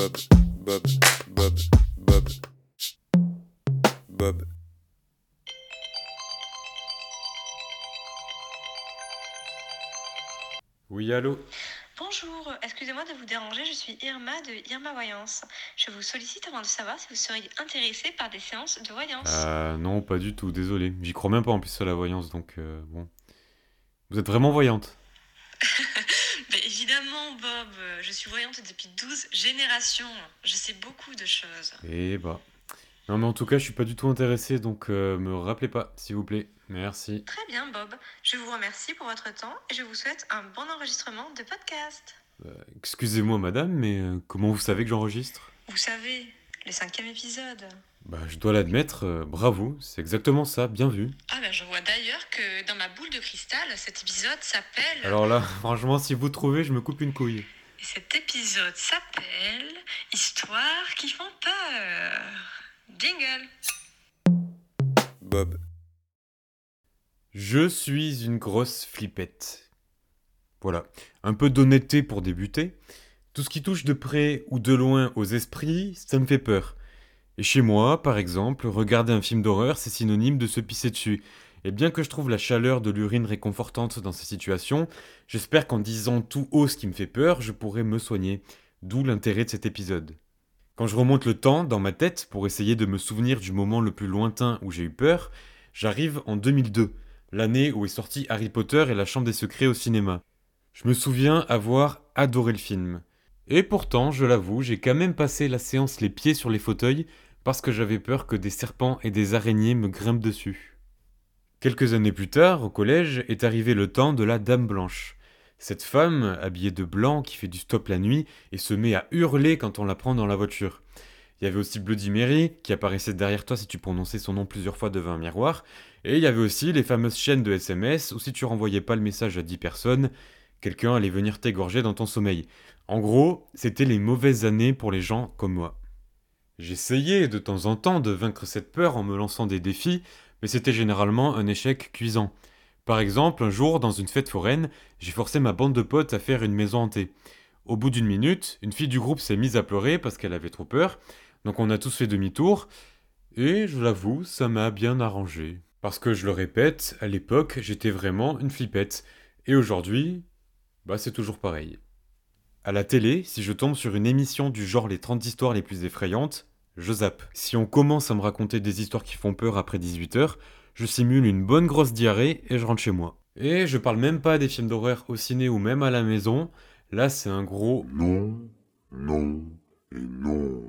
Bob, Bob, Bob, Bob, Bob. Oui, allô? Bonjour, excusez-moi de vous déranger, je suis Irma de Irma Voyance. Je vous sollicite avant de savoir si vous seriez intéressé par des séances de voyance. Non, pas du tout, désolé. J'y crois même pas en plus à la voyance, donc bon. Vous êtes vraiment voyante? Mais évidemment, Bob, je suis voyante depuis 12 générations. Je sais beaucoup de choses. Eh bah. Non, mais en tout cas, je suis pas du tout intéressé, donc me rappelez pas, s'il vous plaît. Merci. Très bien, Bob. Je vous remercie pour votre temps et je vous souhaite un bon enregistrement de podcast. Excusez-moi, madame, mais comment vous savez que j'enregistre? Vous savez, le 5e épisode. Bah, je dois l'admettre, bravo, c'est exactement ça, bien vu. Ah ben je vois d'ailleurs que dans ma boule de cristal, cet épisode s'appelle... Alors là, franchement, si vous trouvez, je me coupe une couille. Et cet épisode s'appelle Histoires qui font peur. Jingle. Bob. Je suis une grosse flippette. Voilà, un peu d'honnêteté pour débuter. Tout ce qui touche de près ou de loin aux esprits, ça me fait peur. Et chez moi, par exemple, regarder un film d'horreur, c'est synonyme de se pisser dessus. Et bien que je trouve la chaleur de l'urine réconfortante dans ces situations, j'espère qu'en disant tout haut ce qui me fait peur, je pourrai me soigner. D'où l'intérêt de cet épisode. Quand je remonte le temps dans ma tête pour essayer de me souvenir du moment le plus lointain où j'ai eu peur, j'arrive en 2002, l'année où est sorti Harry Potter et la Chambre des Secrets au cinéma. Je me souviens avoir adoré le film. Et pourtant, je l'avoue, j'ai quand même passé la séance les pieds sur les fauteuils parce que j'avais peur que des serpents et des araignées me grimpent dessus. Quelques années plus tard, au collège, est arrivé le temps de la Dame Blanche. Cette femme, habillée de blanc, qui fait du stop la nuit et se met à hurler quand on la prend dans la voiture. Il y avait aussi Bloody Mary, qui apparaissait derrière toi si tu prononçais son nom plusieurs fois devant un miroir. Et il y avait aussi les fameuses chaînes de SMS où si tu renvoyais pas le message à 10 personnes, quelqu'un allait venir t'égorger dans ton sommeil. En gros, c'était les mauvaises années pour les gens comme moi. J'essayais de temps en temps de vaincre cette peur en me lançant des défis, mais c'était généralement un échec cuisant. Par exemple, un jour, dans une fête foraine, j'ai forcé ma bande de potes à faire une maison hantée. Au bout d'une minute, une fille du groupe s'est mise à pleurer parce qu'elle avait trop peur, donc on a tous fait demi-tour, et je l'avoue, ça m'a bien arrangé. Parce que je le répète, à l'époque, j'étais vraiment une flippette, et aujourd'hui, bah c'est toujours pareil. À la télé, si je tombe sur une émission du genre les 30 histoires les plus effrayantes, je zappe. Si on commence à me raconter des histoires qui font peur après 18 h, je simule une bonne grosse diarrhée et je rentre chez moi. Et je parle même pas des films d'horreur au ciné ou même à la maison, là c'est un gros Non, non et non.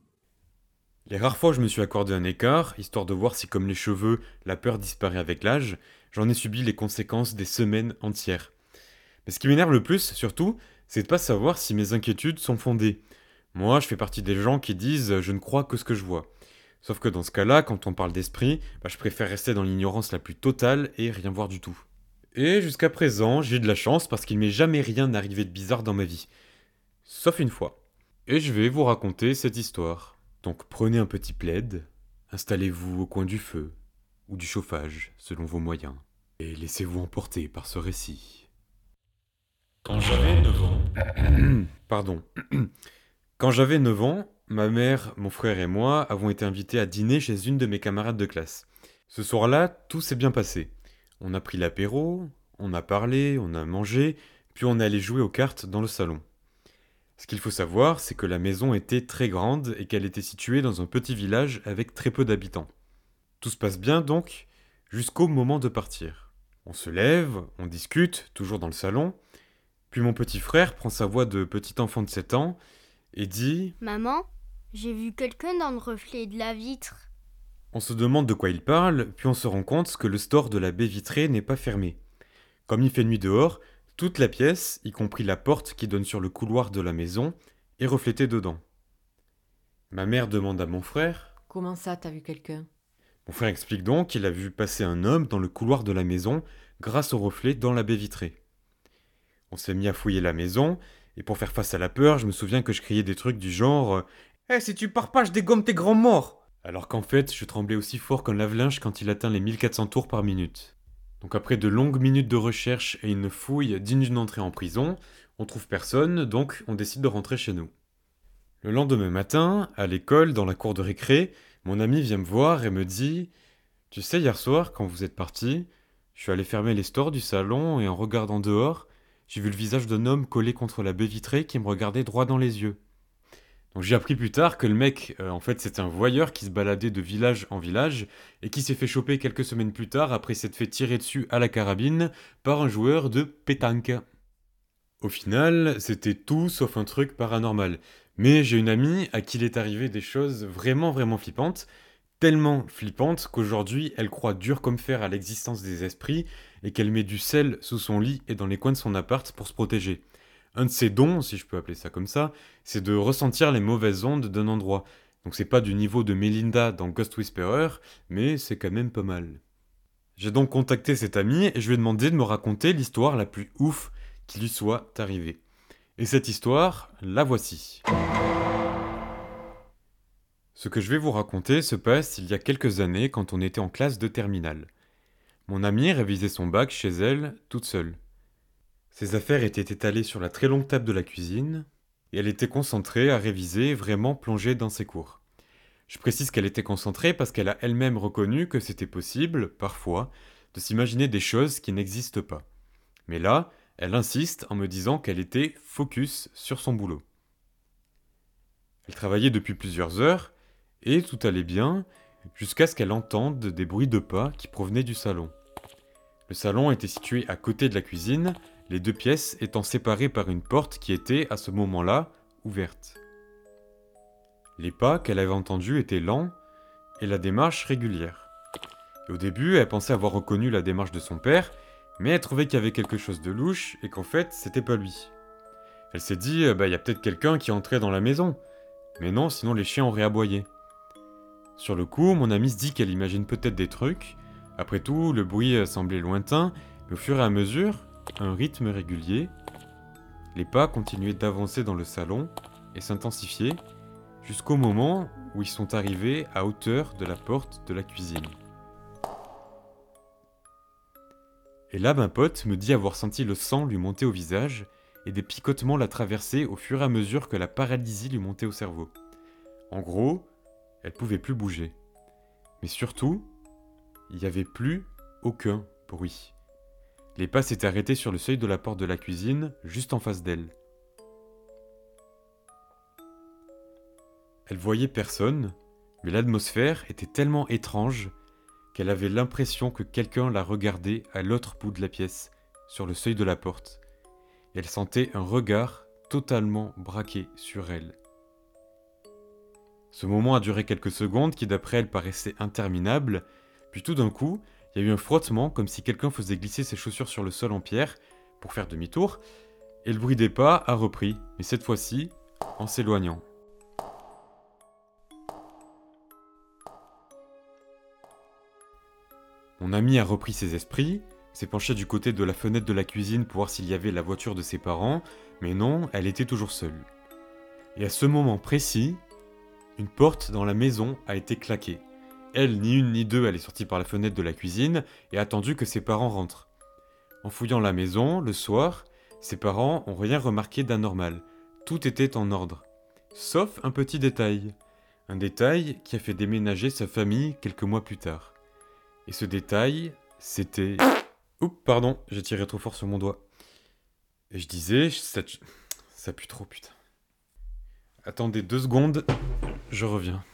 Les rares fois où je me suis accordé un écart, histoire de voir si comme les cheveux, la peur disparaît avec l'âge, j'en ai subi les conséquences des semaines entières. Mais ce qui m'énerve le plus, surtout, c'est de pas savoir si mes inquiétudes sont fondées. Moi, je fais partie des gens qui disent je ne crois que ce que je vois. Sauf que dans ce cas-là, quand on parle d'esprit, je préfère rester dans l'ignorance la plus totale et rien voir du tout. Et jusqu'à présent, j'ai eu de la chance parce qu'il m'est jamais rien arrivé de bizarre dans ma vie. Sauf une fois. Et je vais vous raconter cette histoire. Donc prenez un petit plaid, installez-vous au coin du feu, ou du chauffage, selon vos moyens, et laissez-vous emporter par ce récit. Quand j'avais 9 ans... Pardon. Quand j'avais 9 ans, ma mère, mon frère et moi avons été invités à dîner chez une de mes camarades de classe. Ce soir-là, tout s'est bien passé. On a pris l'apéro, on a parlé, on a mangé, puis on est allé jouer aux cartes dans le salon. Ce qu'il faut savoir, c'est que la maison était très grande et qu'elle était située dans un petit village avec très peu d'habitants. Tout se passe bien donc, jusqu'au moment de partir. On se lève, on discute, toujours dans le salon, puis mon petit frère prend sa voix de petit enfant de 7 ans et dit Maman, j'ai vu quelqu'un dans le reflet de la vitre. On se demande de quoi il parle, puis on se rend compte que le store de la baie vitrée n'est pas fermé. Comme il fait nuit dehors, toute la pièce, y compris la porte qui donne sur le couloir de la maison, est reflétée dedans. Ma mère demande à mon frère. Comment ça, t'as vu quelqu'un? Mon frère explique donc qu'il a vu passer un homme dans le couloir de la maison grâce au reflet dans la baie vitrée. On s'est mis à fouiller la maison, et pour faire face à la peur, je me souviens que je criais des trucs du genre si tu pars pas, je dégomme tes grands morts !» Alors qu'en fait, je tremblais aussi fort qu'un lave-linge quand il atteint les 1400 tours par minute. Donc après de longues minutes de recherche et une fouille digne d'une entrée en prison, on trouve personne, donc on décide de rentrer chez nous. Le lendemain matin, à l'école, dans la cour de récré, mon ami vient me voir et me dit « Tu sais, hier soir, quand vous êtes partis, je suis allé fermer les stores du salon et en regardant dehors, j'ai vu le visage d'un homme collé contre la baie vitrée qui me regardait droit dans les yeux. » Donc j'ai appris plus tard que le mec, en fait, c'était un voyeur qui se baladait de village en village et qui s'est fait choper quelques semaines plus tard après s'être fait tirer dessus à la carabine par un joueur de pétanque. Au final, c'était tout sauf un truc paranormal. Mais j'ai une amie à qui il est arrivé des choses vraiment flippantes, tellement flippantes qu'aujourd'hui elle croit dur comme fer à l'existence des esprits et qu'elle met du sel sous son lit et dans les coins de son appart pour se protéger. Un de ses dons, si je peux appeler ça comme ça, c'est de ressentir les mauvaises ondes d'un endroit. Donc c'est pas du niveau de Melinda dans Ghost Whisperer, mais c'est quand même pas mal. J'ai donc contacté cette amie et je lui ai demandé de me raconter l'histoire la plus ouf qui lui soit arrivée. Et cette histoire, la voici. Ce que je vais vous raconter se passe il y a quelques années quand on était en classe de terminale. Mon amie révisait son bac chez elle, toute seule. Ses affaires étaient étalées sur la très longue table de la cuisine, et elle était concentrée à réviser, vraiment plongée dans ses cours. Je précise qu'elle était concentrée parce qu'elle a elle-même reconnu que c'était possible, parfois, de s'imaginer des choses qui n'existent pas. Mais là, elle insiste en me disant qu'elle était focus sur son boulot. Elle travaillait depuis plusieurs heures, et tout allait bien, jusqu'à ce qu'elle entende des bruits de pas qui provenaient du salon. Le salon était situé à côté de la cuisine, les deux pièces étant séparées par une porte qui était, à ce moment-là, ouverte. Les pas qu'elle avait entendus étaient lents, et la démarche régulière. Et au début, elle pensait avoir reconnu la démarche de son père, mais elle trouvait qu'il y avait quelque chose de louche et qu'en fait, c'était pas lui. Elle s'est dit, y a peut-être quelqu'un qui entrait dans la maison. Mais non, sinon les chiens auraient aboyé. Sur le coup, mon amie se dit qu'elle imagine peut-être des trucs. Après tout, le bruit semblait lointain, mais au fur et à mesure, à un rythme régulier, les pas continuaient d'avancer dans le salon et s'intensifier jusqu'au moment où ils sont arrivés à hauteur de la porte de la cuisine. Et là, ma pote me dit avoir senti le sang lui monter au visage et des picotements la traverser au fur et à mesure que la paralysie lui montait au cerveau. En gros, elle pouvait plus bouger. Mais surtout, il n'y avait plus aucun bruit. Les pas s'étaient arrêtés sur le seuil de la porte de la cuisine, juste en face d'elle. Elle voyait personne, mais l'atmosphère était tellement étrange qu'elle avait l'impression que quelqu'un la regardait à l'autre bout de la pièce, sur le seuil de la porte. Et elle sentait un regard totalement braqué sur elle. Ce moment a duré quelques secondes qui d'après elle paraissait interminable, puis tout d'un coup, il y a eu un frottement comme si quelqu'un faisait glisser ses chaussures sur le sol en pierre pour faire demi-tour, et le bruit des pas a repris, mais cette fois-ci en s'éloignant. Mon ami a repris ses esprits, s'est penché du côté de la fenêtre de la cuisine pour voir s'il y avait la voiture de ses parents, mais non, elle était toujours seule. Et à ce moment précis, une porte dans la maison a été claquée. Elle, ni une ni deux, elle est sortie par la fenêtre de la cuisine et a attendu que ses parents rentrent. En fouillant la maison, le soir, ses parents n'ont rien remarqué d'anormal. Tout était en ordre. Sauf un petit détail. Un détail qui a fait déménager sa famille quelques mois plus tard. Et ce détail, c'était... Oups, pardon, j'ai tiré trop fort sur mon doigt. Et je disais, ça pue trop, putain. Attendez 2 secondes, je reviens.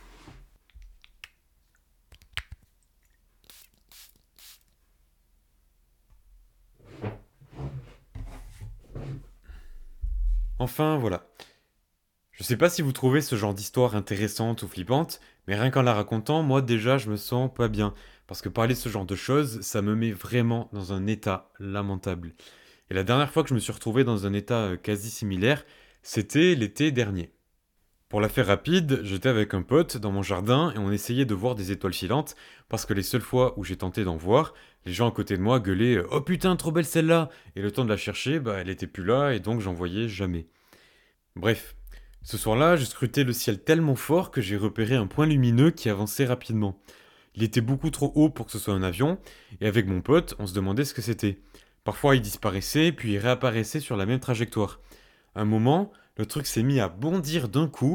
Enfin, voilà. Je sais pas si vous trouvez ce genre d'histoire intéressante ou flippante, mais rien qu'en la racontant, moi déjà je me sens pas bien. Parce que parler de ce genre de choses, ça me met vraiment dans un état lamentable. Et la dernière fois que je me suis retrouvé dans un état quasi similaire, c'était l'été dernier. Pour la faire rapide, j'étais avec un pote dans mon jardin et on essayait de voir des étoiles filantes parce que les seules fois où j'ai tenté d'en voir, les gens à côté de moi gueulaient «Oh putain, trop belle celle-là!» et le temps de la chercher, elle était plus là et donc j'en voyais jamais. Bref, ce soir-là, je scrutais le ciel tellement fort que j'ai repéré un point lumineux qui avançait rapidement. Il était beaucoup trop haut pour que ce soit un avion, et avec mon pote, on se demandait ce que c'était. Parfois, il disparaissait, puis il réapparaissait sur la même trajectoire. À un moment, le truc s'est mis à bondir d'un coup,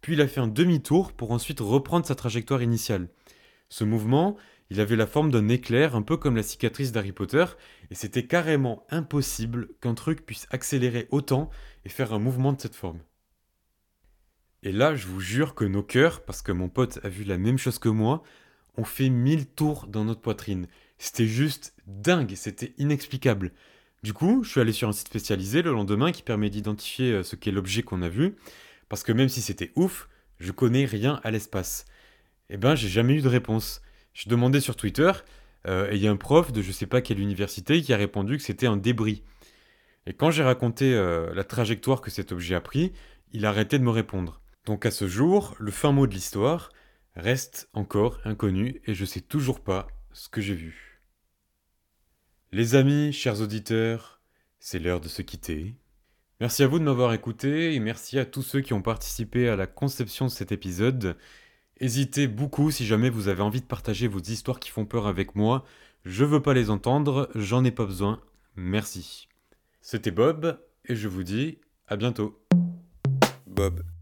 puis il a fait un demi-tour pour ensuite reprendre sa trajectoire initiale. Ce mouvement, il avait la forme d'un éclair, un peu comme la cicatrice d'Harry Potter, et c'était carrément impossible qu'un truc puisse accélérer autant et faire un mouvement de cette forme. Et là, je vous jure que nos cœurs, parce que mon pote a vu la même chose que moi, ont fait 1000 tours dans notre poitrine. C'était juste dingue, c'était inexplicable. Du coup, je suis allé sur un site spécialisé le lendemain qui permet d'identifier ce qu'est l'objet qu'on a vu, parce que même si c'était ouf, je connais rien à l'espace. Eh ben, j'ai jamais eu de réponse. Je demandais sur Twitter, et il y a un prof de je sais pas quelle université qui a répondu que c'était un débris. Et quand j'ai raconté la trajectoire que cet objet a pris, il a arrêté de me répondre. Donc à ce jour, le fin mot de l'histoire reste encore inconnu et je sais toujours pas ce que j'ai vu. Les amis, chers auditeurs, c'est l'heure de se quitter. Merci à vous de m'avoir écouté et merci à tous ceux qui ont participé à la conception de cet épisode. Hésitez beaucoup si jamais vous avez envie de partager vos histoires qui font peur avec moi. Je veux pas les entendre, j'en ai pas besoin. Merci. C'était Bob et je vous dis à bientôt. Bob.